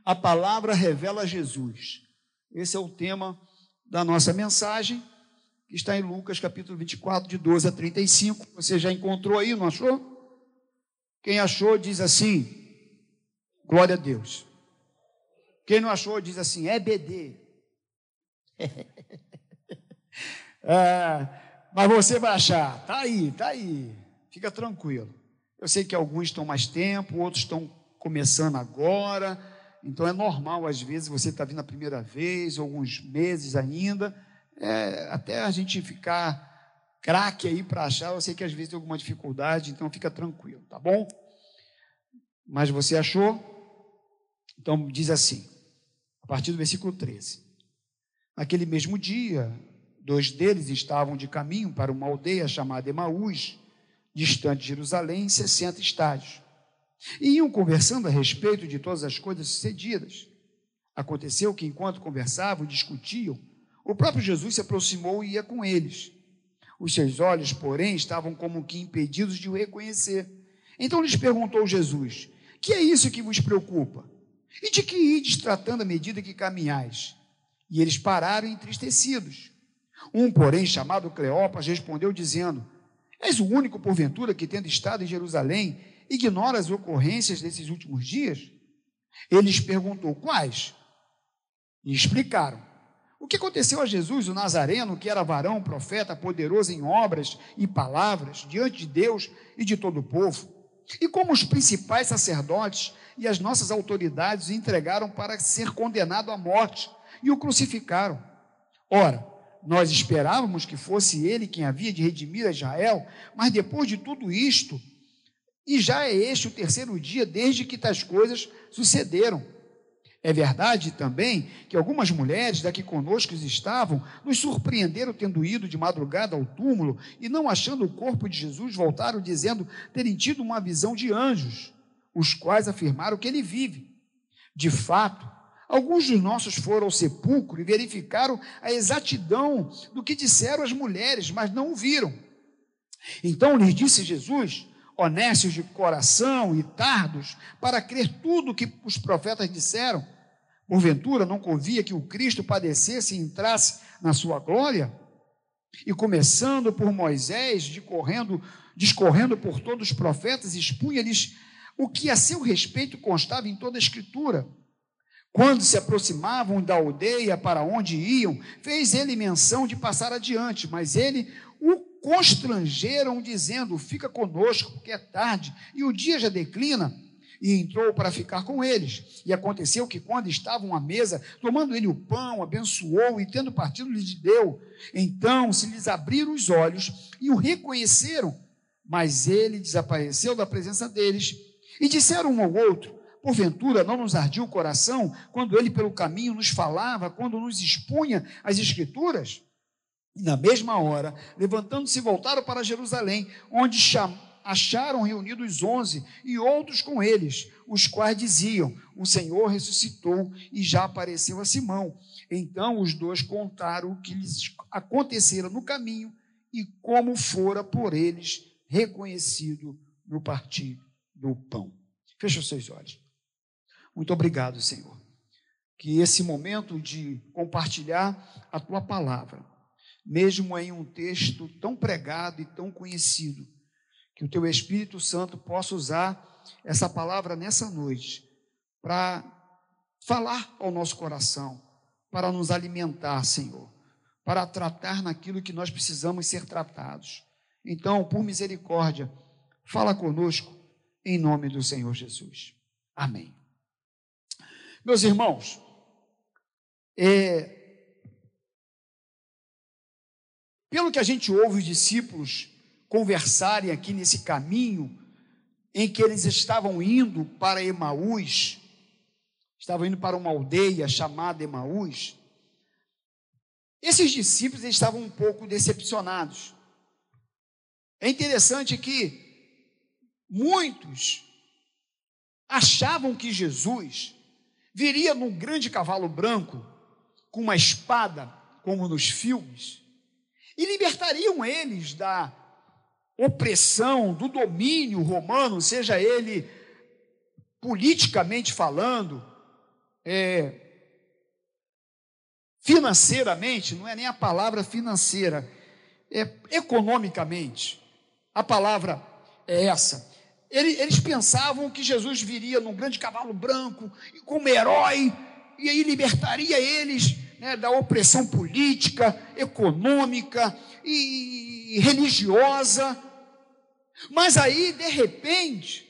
A palavra revela Jesus. Esse é o tema da nossa mensagem, que está em Lucas capítulo 24, de 12 a 35. Você já encontrou aí, não achou? Quem achou diz assim, glória a Deus. Quem não achou diz assim, é BD. Mas você vai achar, está aí, fica tranquilo. Eu sei que alguns estão mais tempo, outros estão começando agora, então é normal, às vezes, você está vindo a primeira vez, alguns meses ainda, até a gente ficar craque aí para achar. Eu sei que às vezes tem alguma dificuldade, então fica tranquilo, tá bom? Mas você achou? Então diz assim, a partir do versículo 13. Naquele mesmo dia, 2 deles estavam de caminho para uma aldeia chamada Emaús, distante de Jerusalém, 60 estádios. E iam conversando a respeito de todas as coisas sucedidas. Aconteceu que, enquanto conversavam e discutiam, o próprio Jesus se aproximou e ia com eles. Os seus olhos, porém, estavam como que impedidos de o reconhecer. Então lhes perguntou Jesus: que é isso que vos preocupa? E de que ides tratando à medida que caminhais? E eles pararam entristecidos. Um, porém, chamado Cleopas, respondeu dizendo: és o único, porventura, que, tendo estado em Jerusalém, ignora as ocorrências desses últimos dias? Ele lhes perguntou: quais? E explicaram: o que aconteceu a Jesus, o Nazareno, que era varão, profeta, poderoso em obras e palavras, diante de Deus e de todo o povo, e como os principais sacerdotes e as nossas autoridades o entregaram para ser condenado à morte e o crucificaram. Ora, nós esperávamos que fosse ele quem havia de redimir a Israel, mas depois de tudo isto, e já é este o 3º dia desde que tais coisas sucederam. É verdade também que algumas mulheres daqui conosco estavam, nos surpreenderam tendo ido de madrugada ao túmulo e, não achando o corpo de Jesus, voltaram dizendo terem tido uma visão de anjos, os quais afirmaram que ele vive. De fato, alguns dos nossos foram ao sepulcro e verificaram a exatidão do que disseram as mulheres, mas não o viram. Então lhes disse Jesus: honestos de coração e tardos para crer tudo o que os profetas disseram, porventura não convia que o Cristo padecesse e entrasse na sua glória? E começando por Moisés, discorrendo por todos os profetas, expunha-lhes o que a seu respeito constava em toda a Escritura. Quando se aproximavam da aldeia para onde iam, fez ele menção de passar adiante, mas ele o constrangeram, dizendo: fica conosco, porque é tarde, e o dia já declina. E entrou para ficar com eles. E aconteceu que, quando estavam à mesa, tomando ele o pão, abençoou, e tendo partido, lhes deu. Então se lhes abriram os olhos e o reconheceram, mas ele desapareceu da presença deles. E disseram um ao outro: porventura não nos ardia o coração quando ele pelo caminho nos falava, quando nos expunha as Escrituras? E na mesma hora, levantando-se, voltaram para Jerusalém, onde acharam reunidos os 11 e outros com eles, os quais diziam: o Senhor ressuscitou e já apareceu a Simão. Então os dois contaram o que lhes acontecera no caminho e como fora por eles reconhecido no partir do pão. Fecha os seus olhos. Muito obrigado, Senhor, que esse momento de compartilhar a Tua palavra, mesmo em um texto tão pregado e tão conhecido, que o Teu Espírito Santo possa usar essa palavra nessa noite para falar ao nosso coração, para nos alimentar, Senhor, para tratar naquilo que nós precisamos ser tratados. Então, por misericórdia, fala conosco em nome do Senhor Jesus. Amém. Meus irmãos, pelo que a gente ouve os discípulos conversarem aqui nesse caminho em que eles estavam indo para Emaús, estavam indo para uma aldeia chamada Emaús, esses discípulos estavam um pouco decepcionados. É interessante que muitos achavam que Jesus viria num grande cavalo branco, com uma espada, como nos filmes, e libertariam eles da opressão, do domínio romano, seja ele politicamente falando, financeiramente, não é nem a palavra financeira, economicamente, a palavra é essa. Eles pensavam que Jesus viria num grande cavalo branco, como herói, e aí libertaria eles, né, da opressão política, econômica e religiosa. Mas aí, de repente,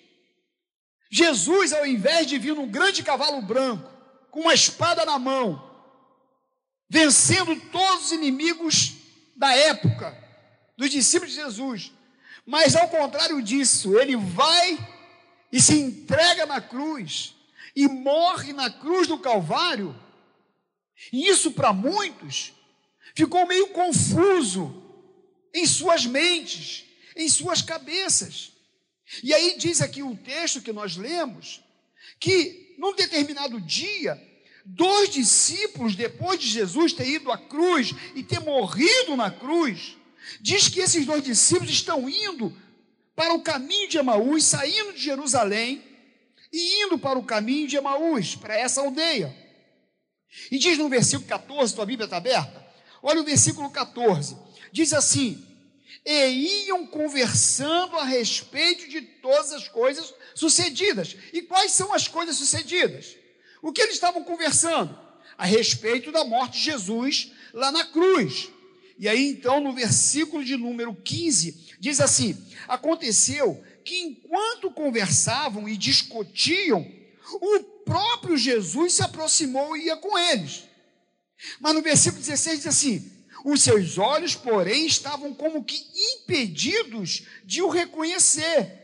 Jesus, ao invés de vir num grande cavalo branco, com uma espada na mão, vencendo todos os inimigos da época, dos discípulos de Jesus, mas ao contrário disso, ele vai e se entrega na cruz, e morre na cruz do Calvário, e isso para muitos ficou meio confuso em suas mentes, em suas cabeças. E aí diz aqui o texto que nós lemos, que num determinado dia, 2 discípulos, depois de Jesus ter ido à cruz e ter morrido na cruz, diz que esses 2 discípulos estão indo para o caminho de Emaús, saindo de Jerusalém e indo para o caminho de Emaús, para essa aldeia. E diz no versículo 14, tua Bíblia está aberta? Olha o versículo 14, diz assim: e iam conversando a respeito de todas as coisas sucedidas. E quais são as coisas sucedidas? O que eles estavam conversando? A respeito da morte de Jesus lá na cruz. E aí então no versículo de número 15, diz assim: aconteceu que enquanto conversavam e discutiam, o próprio Jesus se aproximou e ia com eles. Mas no versículo 16 diz assim: os seus olhos, porém, estavam como que impedidos de o reconhecer.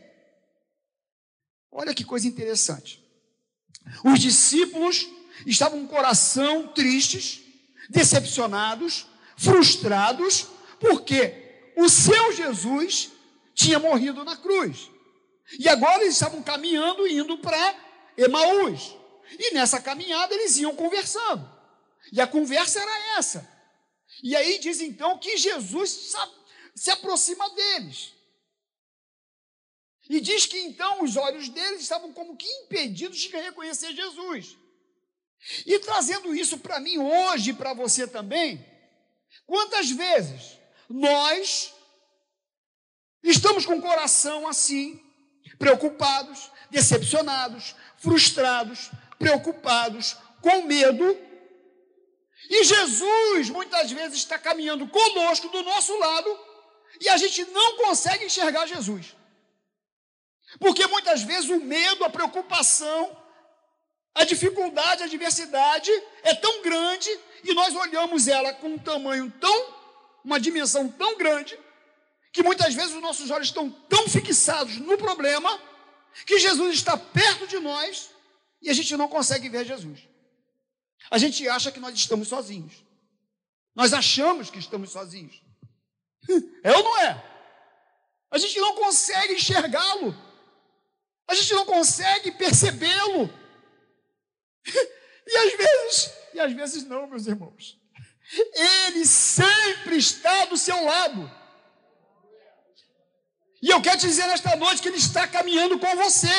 Olha que coisa interessante. Os discípulos estavam com o coração tristes, decepcionados, frustrados, porque o seu Jesus tinha morrido na cruz. E agora eles estavam caminhando, indo para Emaús. E nessa caminhada eles iam conversando. E a conversa era essa. E aí diz então que Jesus se aproxima deles. E diz que então os olhos deles estavam como que impedidos de reconhecer Jesus. E trazendo isso para mim hoje e para você também, quantas vezes nós estamos com o coração assim, preocupados, decepcionados, frustrados, preocupados, com medo, e Jesus muitas vezes está caminhando conosco do nosso lado e a gente não consegue enxergar Jesus. Porque muitas vezes o medo, a preocupação, a dificuldade, a adversidade é tão grande e nós olhamos ela com um tamanho uma dimensão tão grande, que muitas vezes os nossos olhos estão tão fixados no problema, que Jesus está perto de nós e a gente não consegue ver Jesus. A gente acha que nós estamos sozinhos. Nós achamos que estamos sozinhos. É ou não é? A gente não consegue enxergá-lo. A gente não consegue percebê-lo. E às vezes não, meus irmãos. Ele sempre está do seu lado. E eu quero te dizer nesta noite que Ele está caminhando com você.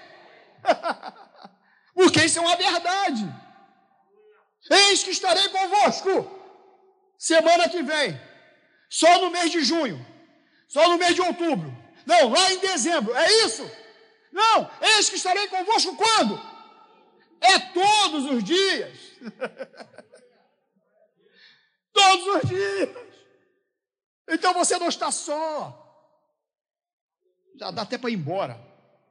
Porque isso é uma verdade. Eis que estarei convosco semana que vem, só no mês de junho, só no mês de outubro, não, lá em dezembro, é isso? Não, eis que estarei convosco quando? É todos os dias. Todos os dias. Então você não está só. Já dá até para ir embora.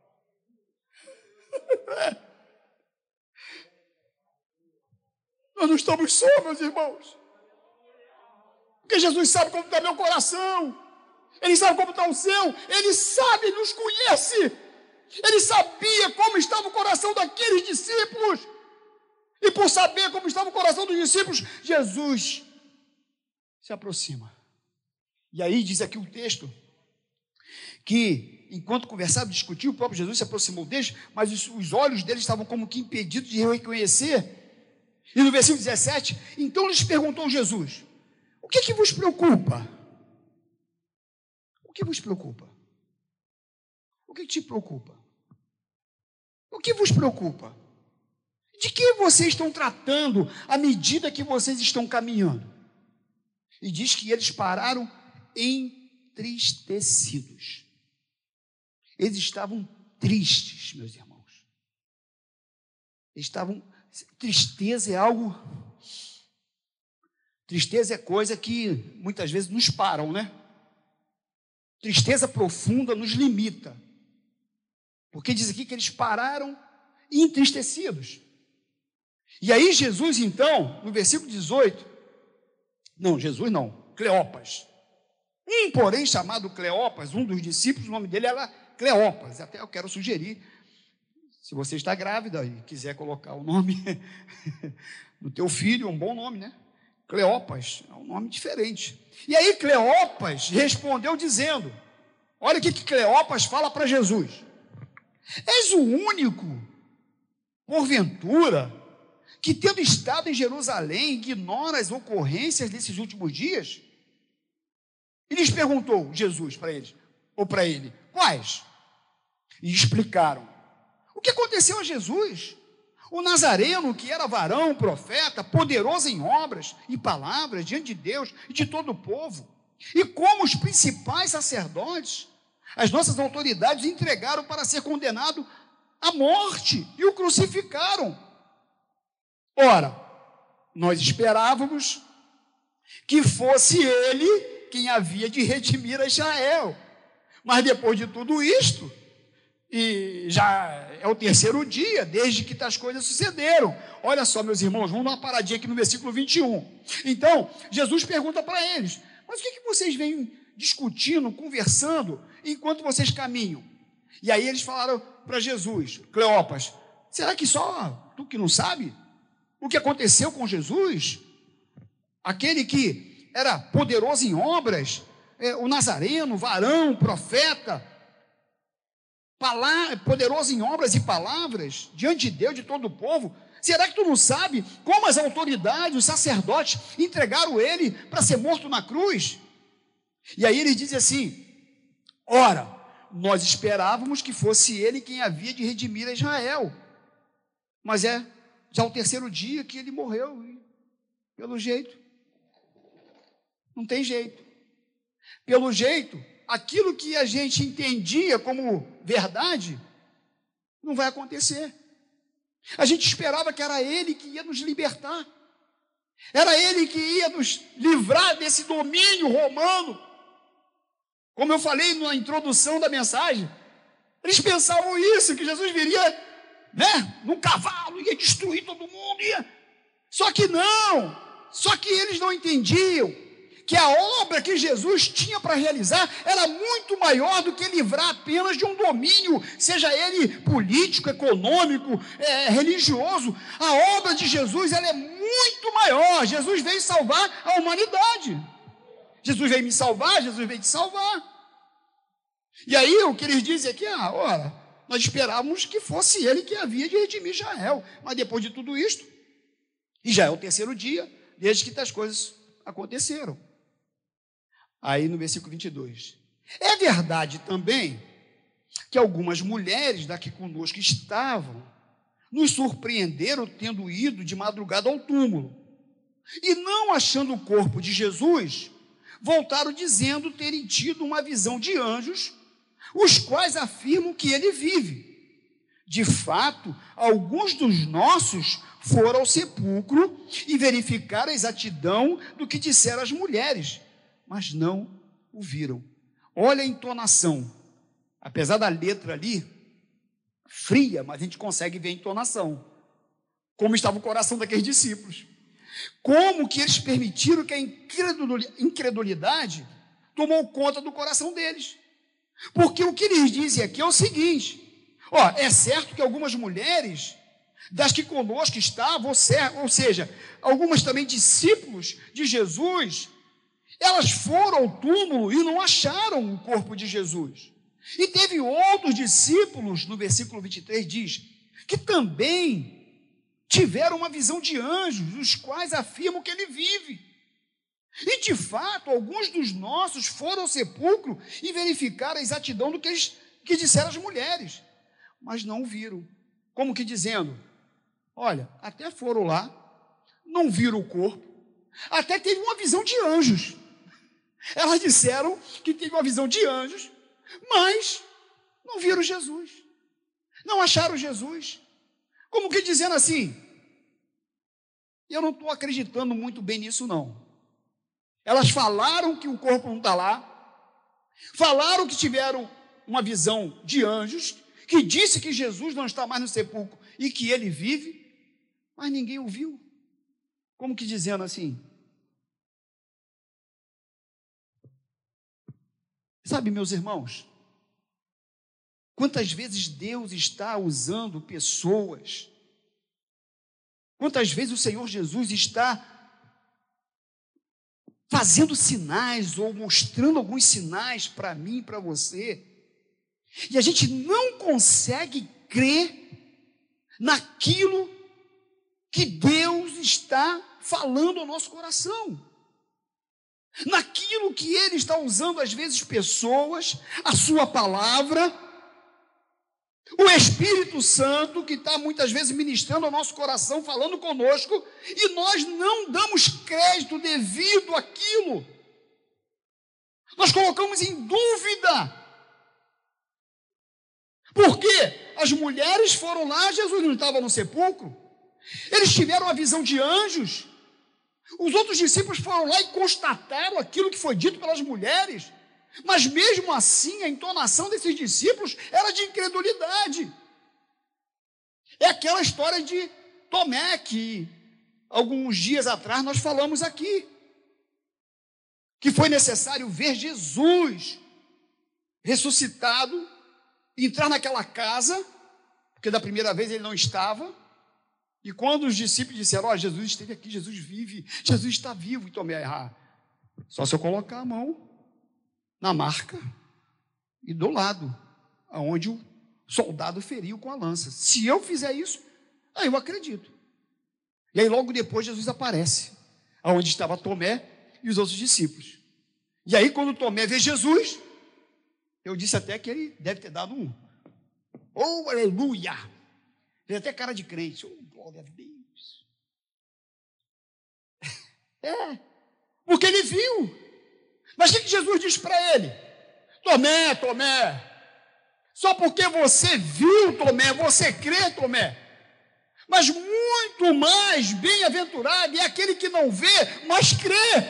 Nós não estamos só, meus irmãos. Porque Jesus sabe como está meu coração. Ele sabe como está o seu. Ele sabe, nos conhece. Ele sabia como estava o coração daqueles discípulos. E por saber como estava o coração dos discípulos, Jesus se aproxima. E aí diz aqui o texto que enquanto conversava, discutia, o próprio Jesus se aproximou deles, mas os olhos deles estavam como que impedidos de reconhecer. E no versículo 17, então lhes perguntou Jesus: o que vos preocupa? O que vos preocupa? O que te preocupa? O que vos preocupa? De que vocês estão tratando à medida que vocês estão caminhando? E diz que eles pararam entristecidos. Eles estavam tristes, meus irmãos. Tristeza é algo... Tristeza é coisa que muitas vezes nos param, né? Tristeza profunda nos limita. Porque diz aqui que eles pararam entristecidos. E aí Jesus, então, no versículo 18, Cleopas. Porém, chamado Cleopas, um dos discípulos, o nome dele era Cleopas. Até eu quero sugerir, se você está grávida e quiser colocar o nome do teu filho, um bom nome, né? Cleopas, é um nome diferente. E aí Cleopas respondeu dizendo, olha o que Cleopas fala para Jesus: és o único, porventura, que tendo estado em Jerusalém, ignora as ocorrências desses últimos dias? E lhes perguntou Jesus para ele, quais? E explicaram o que aconteceu a Jesus, o Nazareno, que era varão, profeta, poderoso em obras e palavras diante de Deus e de todo o povo, e como os principais sacerdotes, as nossas autoridades o entregaram para ser condenado à morte e o crucificaram. Ora, nós esperávamos que fosse ele quem havia de redimir a Israel, mas depois de tudo isto, e já é o terceiro dia desde que tais coisas sucederam. Olha só, meus irmãos, vamos dar uma paradinha aqui no versículo 21. Então, Jesus pergunta para eles, mas o que vocês vêm discutindo, conversando, enquanto vocês caminham? E aí eles falaram para Jesus, Cleopas, será que só tu que não sabe o que aconteceu com Jesus? Aquele que era poderoso em obras, o Nazareno, varão, profeta, poderoso em obras e palavras, diante de Deus, de todo o povo. Será que tu não sabe como as autoridades, os sacerdotes, entregaram ele para ser morto na cruz? E aí ele diz assim, ora, nós esperávamos que fosse ele quem havia de redimir a Israel, mas é já o terceiro dia que ele morreu, e pelo jeito, não tem jeito, pelo jeito, aquilo que a gente entendia como verdade, não vai acontecer. A gente esperava que era ele que ia nos libertar, era ele que ia nos livrar desse domínio romano. Como eu falei na introdução da mensagem, eles pensavam isso, que Jesus viria, num cavalo, ia destruir todo mundo, só que eles não entendiam que a obra que Jesus tinha para realizar era muito maior do que livrar apenas de um domínio, seja ele político, econômico, religioso. A obra de Jesus, ela é muito maior. Jesus veio salvar a humanidade. Jesus veio me salvar, Jesus veio te salvar. E aí o que eles dizem aqui, ora, nós esperávamos que fosse ele que havia de redimir Israel, mas depois de tudo isto, e já é o terceiro dia, desde que tais coisas aconteceram. Aí no versículo 22, é verdade também que algumas mulheres daqui conosco estavam, nos surpreenderam tendo ido de madrugada ao túmulo, e não achando o corpo de Jesus, voltaram dizendo terem tido uma visão de anjos, os quais afirmam que ele vive. De fato, alguns dos nossos foram ao sepulcro e verificaram a exatidão do que disseram as mulheres, mas não o viram. Olha a entonação, apesar da letra ali, fria, mas a gente consegue ver a entonação, como estava o coração daqueles discípulos, como que eles permitiram que a incredulidade tomou conta do coração deles, porque o que eles dizem aqui é o seguinte, é certo que algumas mulheres, das que conosco estavam, ou seja, algumas também discípulos de Jesus, elas foram ao túmulo e não acharam o corpo de Jesus. E teve outros discípulos, no versículo 23 diz, que também tiveram uma visão de anjos, os quais afirmam que ele vive. E de fato, alguns dos nossos foram ao sepulcro e verificaram a exatidão do que disseram as mulheres, mas não o viram. Como que dizendo, Olha, até foram lá, não viram o corpo, até teve uma visão de anjos. Elas disseram que teve uma visão de anjos, mas não viram Jesus, não acharam Jesus. Como que dizendo assim, eu não estou acreditando muito bem nisso não. Elas falaram que o corpo não está lá, falaram que tiveram uma visão de anjos, que disse que Jesus não está mais no sepulcro e que ele vive, mas ninguém o viu. Como que dizendo assim? Sabe, meus irmãos, quantas vezes Deus está usando pessoas, quantas vezes o Senhor Jesus está fazendo sinais ou mostrando alguns sinais para mim e para você, e a gente não consegue crer naquilo que Deus está falando ao nosso coração, naquilo que Ele está usando, às vezes, pessoas, a sua palavra, o Espírito Santo, que está muitas vezes ministrando ao nosso coração, falando conosco, e nós não damos crédito devido àquilo, nós colocamos em dúvida, porque as mulheres foram lá, Jesus não estava no sepulcro, eles tiveram a visão de anjos, os outros discípulos foram lá e constataram aquilo que foi dito pelas mulheres, mas mesmo assim a entonação desses discípulos era de incredulidade. É aquela história de Tomé que alguns dias atrás nós falamos aqui, que foi necessário ver Jesus ressuscitado, entrar naquela casa, porque da primeira vez ele não estava, e quando os discípulos disseram, Jesus esteve aqui, Jesus vive, Jesus está vivo, e Tomé, só se eu colocar a mão na marca e do lado, aonde o soldado feriu com a lança. Se eu fizer isso, aí eu acredito. E aí logo depois Jesus aparece, aonde estava Tomé e os outros discípulos. E aí quando Tomé vê Jesus, eu disse até que ele deve ter dado um oh, aleluia, fez até cara de crente, oh, glória a Deus. Porque ele viu. Mas o que Jesus disse para ele? Tomé, Tomé, só porque você viu, Tomé, você crê, Tomé, mas muito mais bem-aventurado é aquele que não vê, mas crê.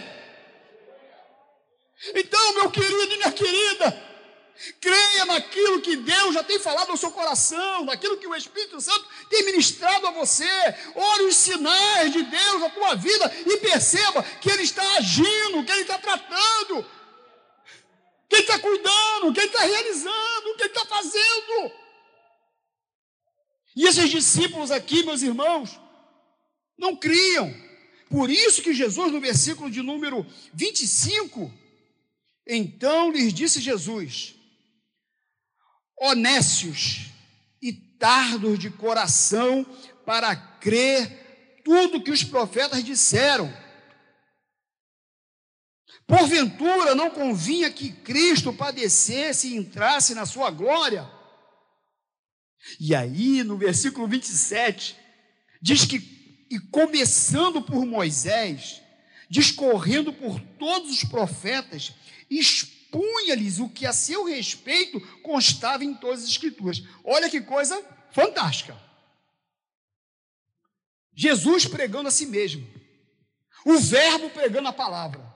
Então, meu querido e minha querida, creia naquilo que Deus já tem falado no seu coração, naquilo que o Espírito Santo tem ministrado a você. Ore os sinais de Deus na tua vida e perceba que Ele está agindo, que Ele está tratando, que Ele está cuidando, que Ele está realizando, que Ele está fazendo. E esses discípulos aqui, meus irmãos, não criam. Por isso que Jesus, no versículo de número 25, então lhes disse Jesus, ó nécios e tardos de coração para crer tudo que os profetas disseram. Porventura não convinha que Cristo padecesse e entrasse na sua glória? E aí no versículo 27 diz que, e começando por Moisés, discorrendo por todos os profetas, expunha-lhes o que a seu respeito constava em todas as escrituras. Olha que coisa fantástica. Jesus pregando a si mesmo, o verbo pregando a palavra.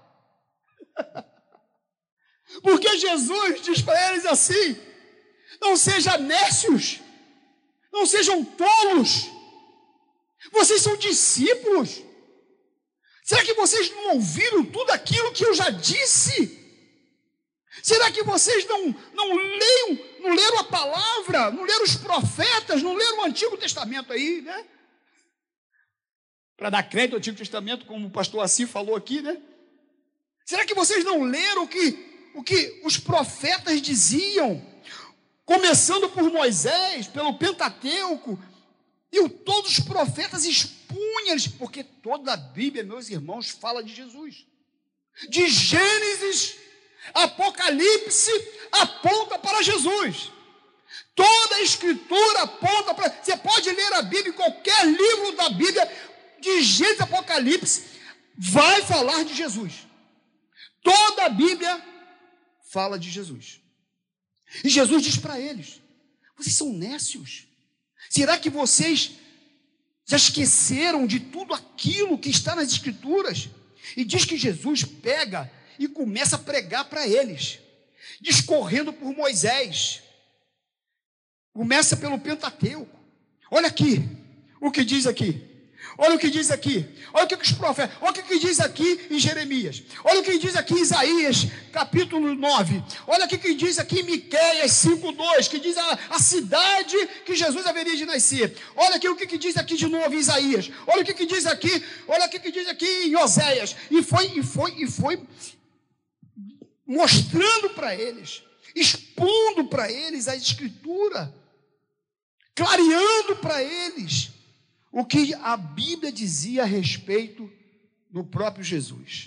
Porque Jesus diz para eles assim, não sejam nécios, não sejam tolos, vocês são discípulos. Será que vocês não ouviram tudo aquilo que eu já disse? Será que vocês não leram a palavra, não leram os profetas, não leram o Antigo Testamento aí, né? Para dar crédito ao Antigo Testamento, como o pastor Assi falou aqui, né? Será que vocês não leram o que os profetas diziam? Começando por Moisés, pelo Pentateuco, e todos os profetas expunham-lhes, porque toda a Bíblia, meus irmãos, fala de Jesus. De Gênesis, Apocalipse, aponta para Jesus. Toda a Escritura aponta para... Você pode ler a Bíblia, qualquer livro da Bíblia, de Gênesis e Apocalipse, vai falar de Jesus. Toda a Bíblia fala de Jesus. E Jesus diz para eles: vocês são nécios. Será que vocês já esqueceram de tudo aquilo que está nas Escrituras? E diz que Jesus pega e começa a pregar para eles, discorrendo por Moisés. Começa pelo Pentateuco. Olha aqui, o que diz aqui. Olha o que diz aqui. Olha o que os profetas, olha o que diz aqui em Jeremias. Olha o que diz aqui em Isaías, capítulo 9. Olha o que diz aqui em Miqueias 5:2, que diz a cidade que Jesus haveria de nascer. Olha aqui o que diz aqui de novo em Isaías. Olha o que diz aqui, olha o que diz aqui em Oséias. E foi mostrando para eles, expondo para eles a Escritura, clareando para eles o que a Bíblia dizia a respeito do próprio Jesus.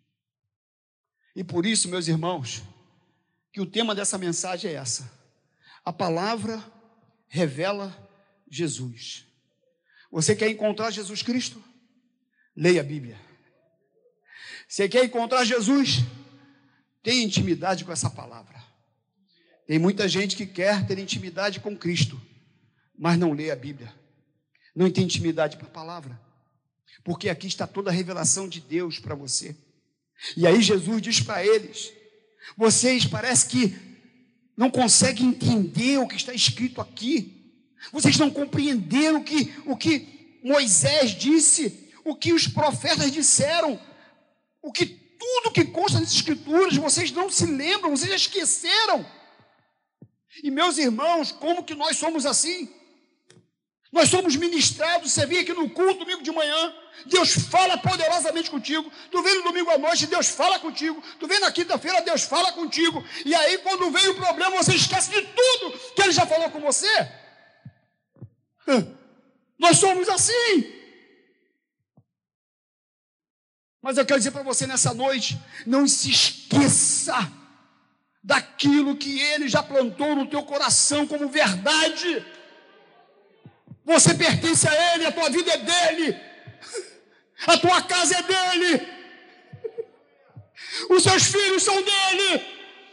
E por isso, meus irmãos, que o tema dessa mensagem é essa: a palavra revela Jesus. Você quer encontrar Jesus Cristo? Leia a Bíblia. Você quer encontrar Jesus? Tenha intimidade com essa palavra. Tem muita gente que quer ter intimidade com Cristo, mas não lê a Bíblia, não tem intimidade com a palavra, porque aqui está toda a revelação de Deus para você. E aí Jesus diz para eles: vocês parece que não conseguem entender o que está escrito aqui, vocês não compreenderam o que Moisés disse, o que os profetas disseram, tudo que consta nas Escrituras, vocês não se lembram, vocês já esqueceram. E meus irmãos, como que nós somos assim? Nós somos ministrados. Você vem aqui no culto domingo de manhã, Deus fala poderosamente contigo. Tu vem no domingo à noite, Deus fala contigo. Tu vem na quinta-feira, Deus fala contigo. E aí quando vem o problema, você esquece de tudo que Ele já falou com você. Nós somos assim. Mas eu quero dizer para você nessa noite: não se esqueça daquilo que Ele já plantou no teu coração como verdade. Você pertence a Ele, a tua vida é dEle, a tua casa é dEle, os seus filhos são dEle.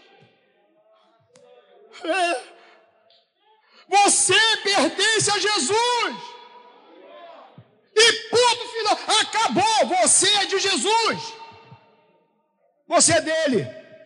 Você pertence a Jesus. E ponto final, acabou. Você é de Jesus, você é dele.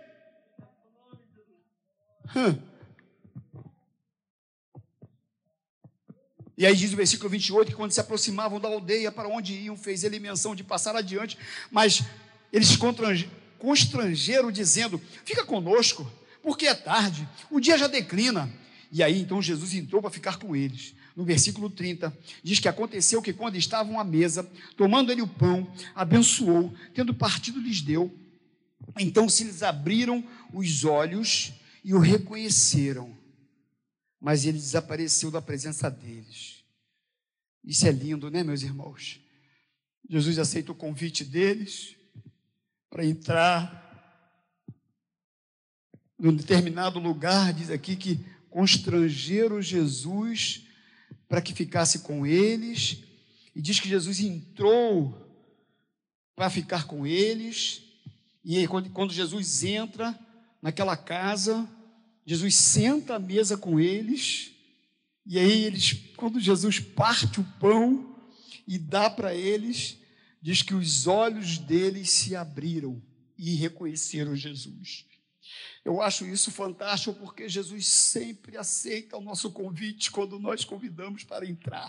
E aí diz o versículo 28, que quando se aproximavam da aldeia para onde iam, fez ele menção de passar adiante, mas eles constrangeram, dizendo: fica conosco, porque é tarde, o dia já declina. E aí então Jesus entrou para ficar com eles. No versículo 30, diz que aconteceu que quando estavam à mesa, tomando ele o pão, abençoou, tendo partido lhes deu. Então se lhes abriram os olhos e o reconheceram, mas ele desapareceu da presença deles. Isso é lindo, né, meus irmãos? Jesus aceita o convite deles para entrar num determinado lugar. Diz aqui que constrangeram Jesus para que ficasse com eles, e diz que Jesus entrou para ficar com eles. E aí, quando Jesus entra naquela casa, Jesus senta à mesa com eles, e aí quando Jesus parte o pão e dá para eles, diz que os olhos deles se abriram e reconheceram Jesus. Eu acho isso fantástico, porque Jesus sempre aceita o nosso convite quando nós convidamos para entrar.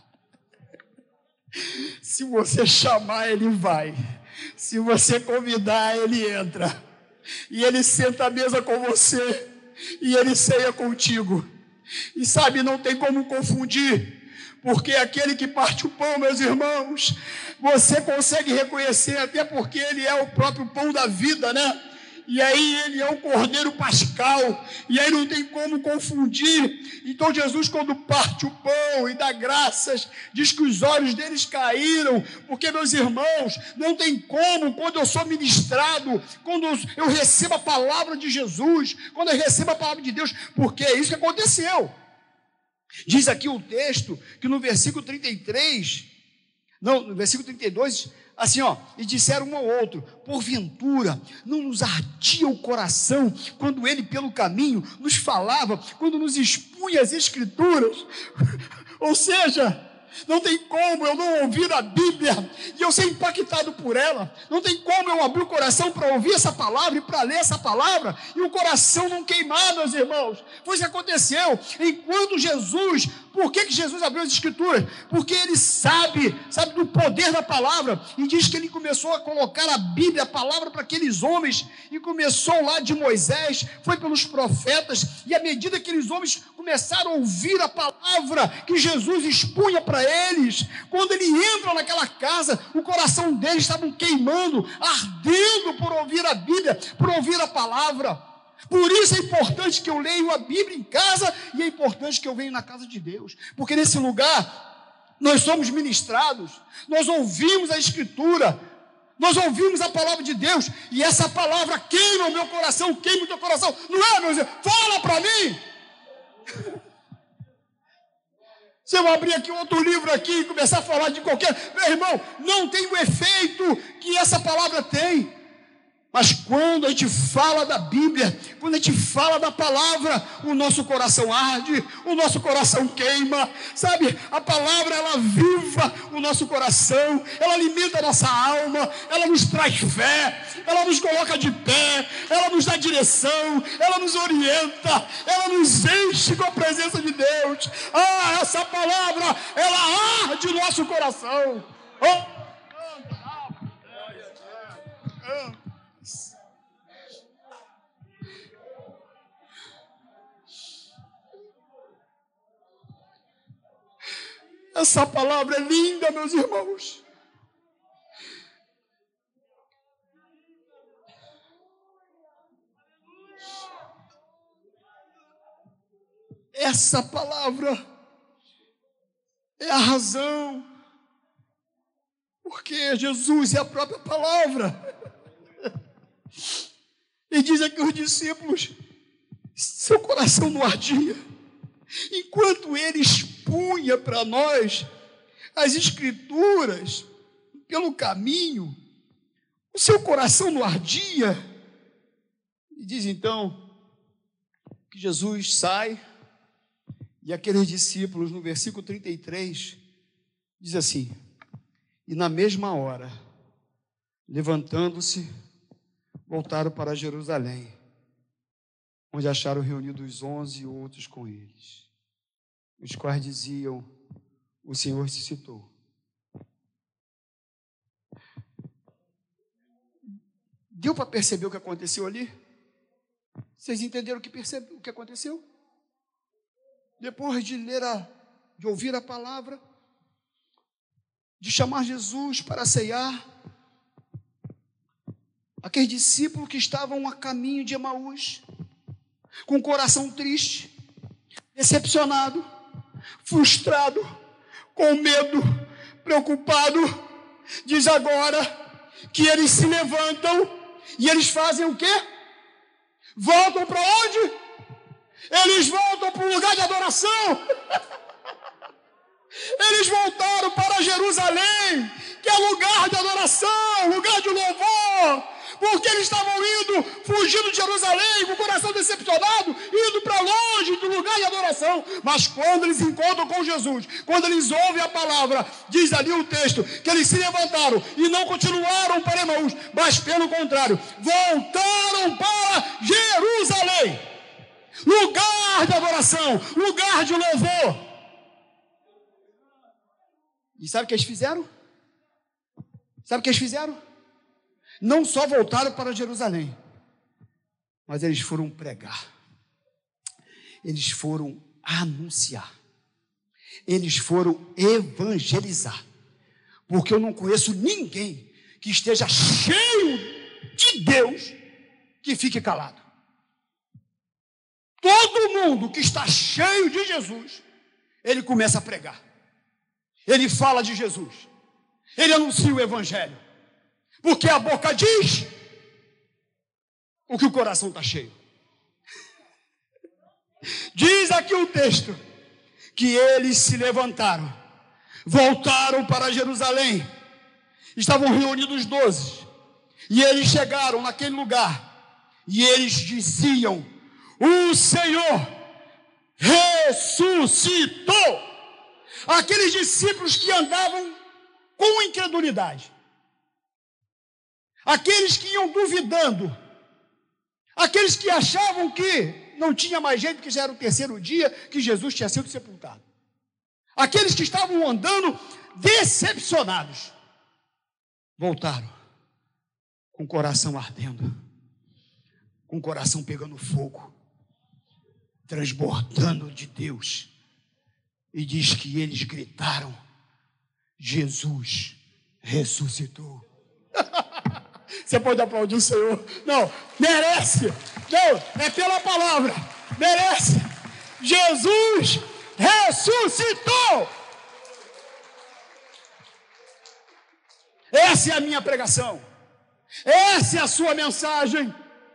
Se você chamar, Ele vai. Se você convidar, Ele entra. E Ele senta à mesa com você, e Ele ceia contigo. E sabe, não tem como confundir, porque aquele que parte o pão, meus irmãos, você consegue reconhecer, até porque Ele é o próprio pão da vida, né? E aí Ele é o Cordeiro Pascal, e aí não tem como confundir. Então Jesus, quando parte o pão e dá graças, diz que os olhos deles caíram, porque, meus irmãos, não tem como, quando eu sou ministrado, quando eu recebo a palavra de Jesus, quando eu recebo a palavra de Deus, porque é isso que aconteceu. Diz aqui o texto que no versículo 32, assim, e disseram um ao outro: porventura não nos ardia o coração quando ele pelo caminho nos falava, quando nos expunha as escrituras? Ou seja, não tem como eu não ouvir a Bíblia e eu ser impactado por ela. Não tem como eu abrir o coração para ouvir essa palavra e para ler essa palavra e o coração não queimar, meus irmãos. Foi isso que aconteceu enquanto Jesus. Por que Jesus abriu as escrituras? Porque ele sabe do poder da palavra, e diz que ele começou a colocar a Bíblia, a palavra, para aqueles homens, e começou lá de Moisés, foi pelos profetas, e à medida que aqueles homens começaram a ouvir a palavra que Jesus expunha para eles, quando ele entra naquela casa, o coração deles estava queimando, ardendo por ouvir a Bíblia, por ouvir a palavra. Por isso é importante que eu leio a Bíblia em casa, e é importante que eu venha na casa de Deus, porque nesse lugar nós somos ministrados, nós ouvimos a Escritura, nós ouvimos a palavra de Deus, e essa palavra queima o meu coração, queima o teu coração, não é, meu irmão? Fala para mim. Se eu abrir aqui outro livro aqui e começar a falar de qualquer, meu irmão, não tem o efeito que essa palavra tem. Mas quando a gente fala da Bíblia, quando a gente fala da palavra, o nosso coração arde, o nosso coração queima, sabe? A palavra, ela aviva o nosso coração, ela alimenta a nossa alma, ela nos traz fé, ela nos coloca de pé, ela nos dá direção, ela nos orienta, ela nos enche com a presença de Deus. Essa palavra, ela arde o nosso coração. Essa palavra é linda, meus irmãos. Essa palavra é a razão, porque Jesus é a própria palavra. E diz aqui os discípulos, seu coração não ardia, enquanto ele expunha para nós as escrituras pelo caminho, o seu coração não ardia. E diz então que Jesus sai, e aqueles discípulos, no versículo 33, diz assim: e na mesma hora, levantando-se, voltaram para Jerusalém, onde acharam reunidos os 11 e outros com eles, os quais diziam: o Senhor ressuscitou. Deu para perceber o que aconteceu ali? Vocês entenderam o que aconteceu? Depois de de ouvir a palavra, de chamar Jesus para ceiar, aqueles discípulos que estavam a caminho de Emaús, com o coração triste, decepcionado, frustrado, com medo, preocupado, diz agora que eles se levantam e eles fazem o quê? Voltam para onde? Eles voltam para o lugar de adoração. Eles voltaram para Jerusalém, que é lugar de adoração, lugar de louvor, porque eles estavam fugindo de Jerusalém, com o coração decepcionado, indo para longe do lugar de adoração. Mas quando eles encontram com Jesus, quando eles ouvem a palavra, diz ali o texto, que eles se levantaram e não continuaram para Emaús, mas pelo contrário, voltaram para Jerusalém, lugar de adoração, lugar de louvor. E sabe o que eles fizeram? Não só voltaram para Jerusalém, mas eles foram pregar, eles foram anunciar, eles foram evangelizar, porque eu não conheço ninguém que esteja cheio de Deus que fique calado. Todo mundo que está cheio de Jesus, ele começa a pregar, ele fala de Jesus, ele anuncia o evangelho, porque a boca diz o que o coração está cheio. Diz aqui o texto que eles se levantaram, voltaram para Jerusalém. Estavam reunidos 12, e eles chegaram naquele lugar, e eles diziam: o Senhor ressuscitou. Aqueles discípulos que andavam com incredulidade, aqueles que iam duvidando, aqueles que achavam que não tinha mais jeito, que já era o terceiro dia que Jesus tinha sido sepultado, aqueles que estavam andando decepcionados, voltaram com o coração ardendo, com o coração pegando fogo, transbordando de Deus, e diz que eles gritaram: Jesus ressuscitou. Você pode aplaudir o Senhor? Não, merece. Não, é pela palavra. Merece. Jesus ressuscitou. Essa é a minha pregação. Essa é a sua mensagem.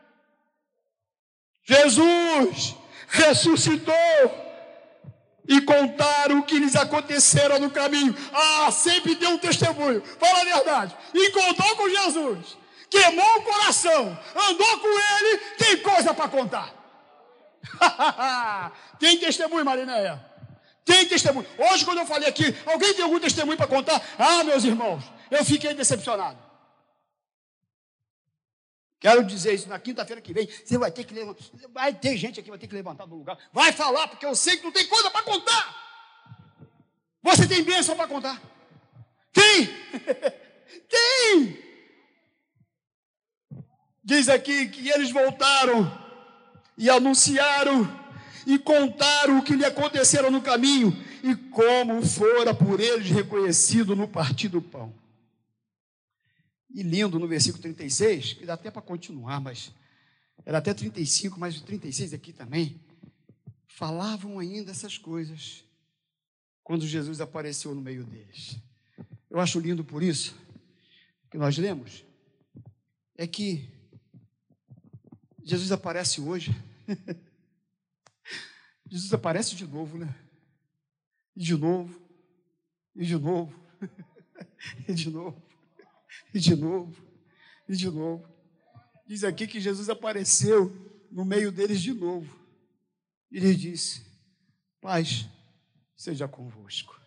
Jesus ressuscitou. E contaram o que lhes aconteceram no caminho. Sempre deu um testemunho. Fala a verdade. Encontrou com Jesus, queimou o coração, andou com ele, tem coisa para contar. Tem testemunho, Marinéia? Tem testemunho. Hoje, quando eu falei aqui, alguém tem algum testemunho para contar? Meus irmãos, eu fiquei decepcionado. Quero dizer isso, na quinta-feira que vem, você vai ter que levantar, vai ter gente aqui que vai ter que levantar do lugar, vai falar, porque eu sei que não tem coisa para contar. Você tem bênção para contar? Tem! Tem! Diz aqui que eles voltaram e anunciaram e contaram o que lhe aconteceram no caminho e como fora por eles reconhecido no partir do pão. E lindo no versículo 36, que dá até para continuar, mas era até 35, mas o 36 aqui também, falavam ainda essas coisas quando Jesus apareceu no meio deles. Eu acho lindo por isso, que nós lemos, é que Jesus aparece hoje, Jesus aparece de novo, né? E de novo, e de novo, e de novo. E de novo, e de novo. Diz aqui que Jesus apareceu no meio deles de novo. E lhe disse: paz seja convosco.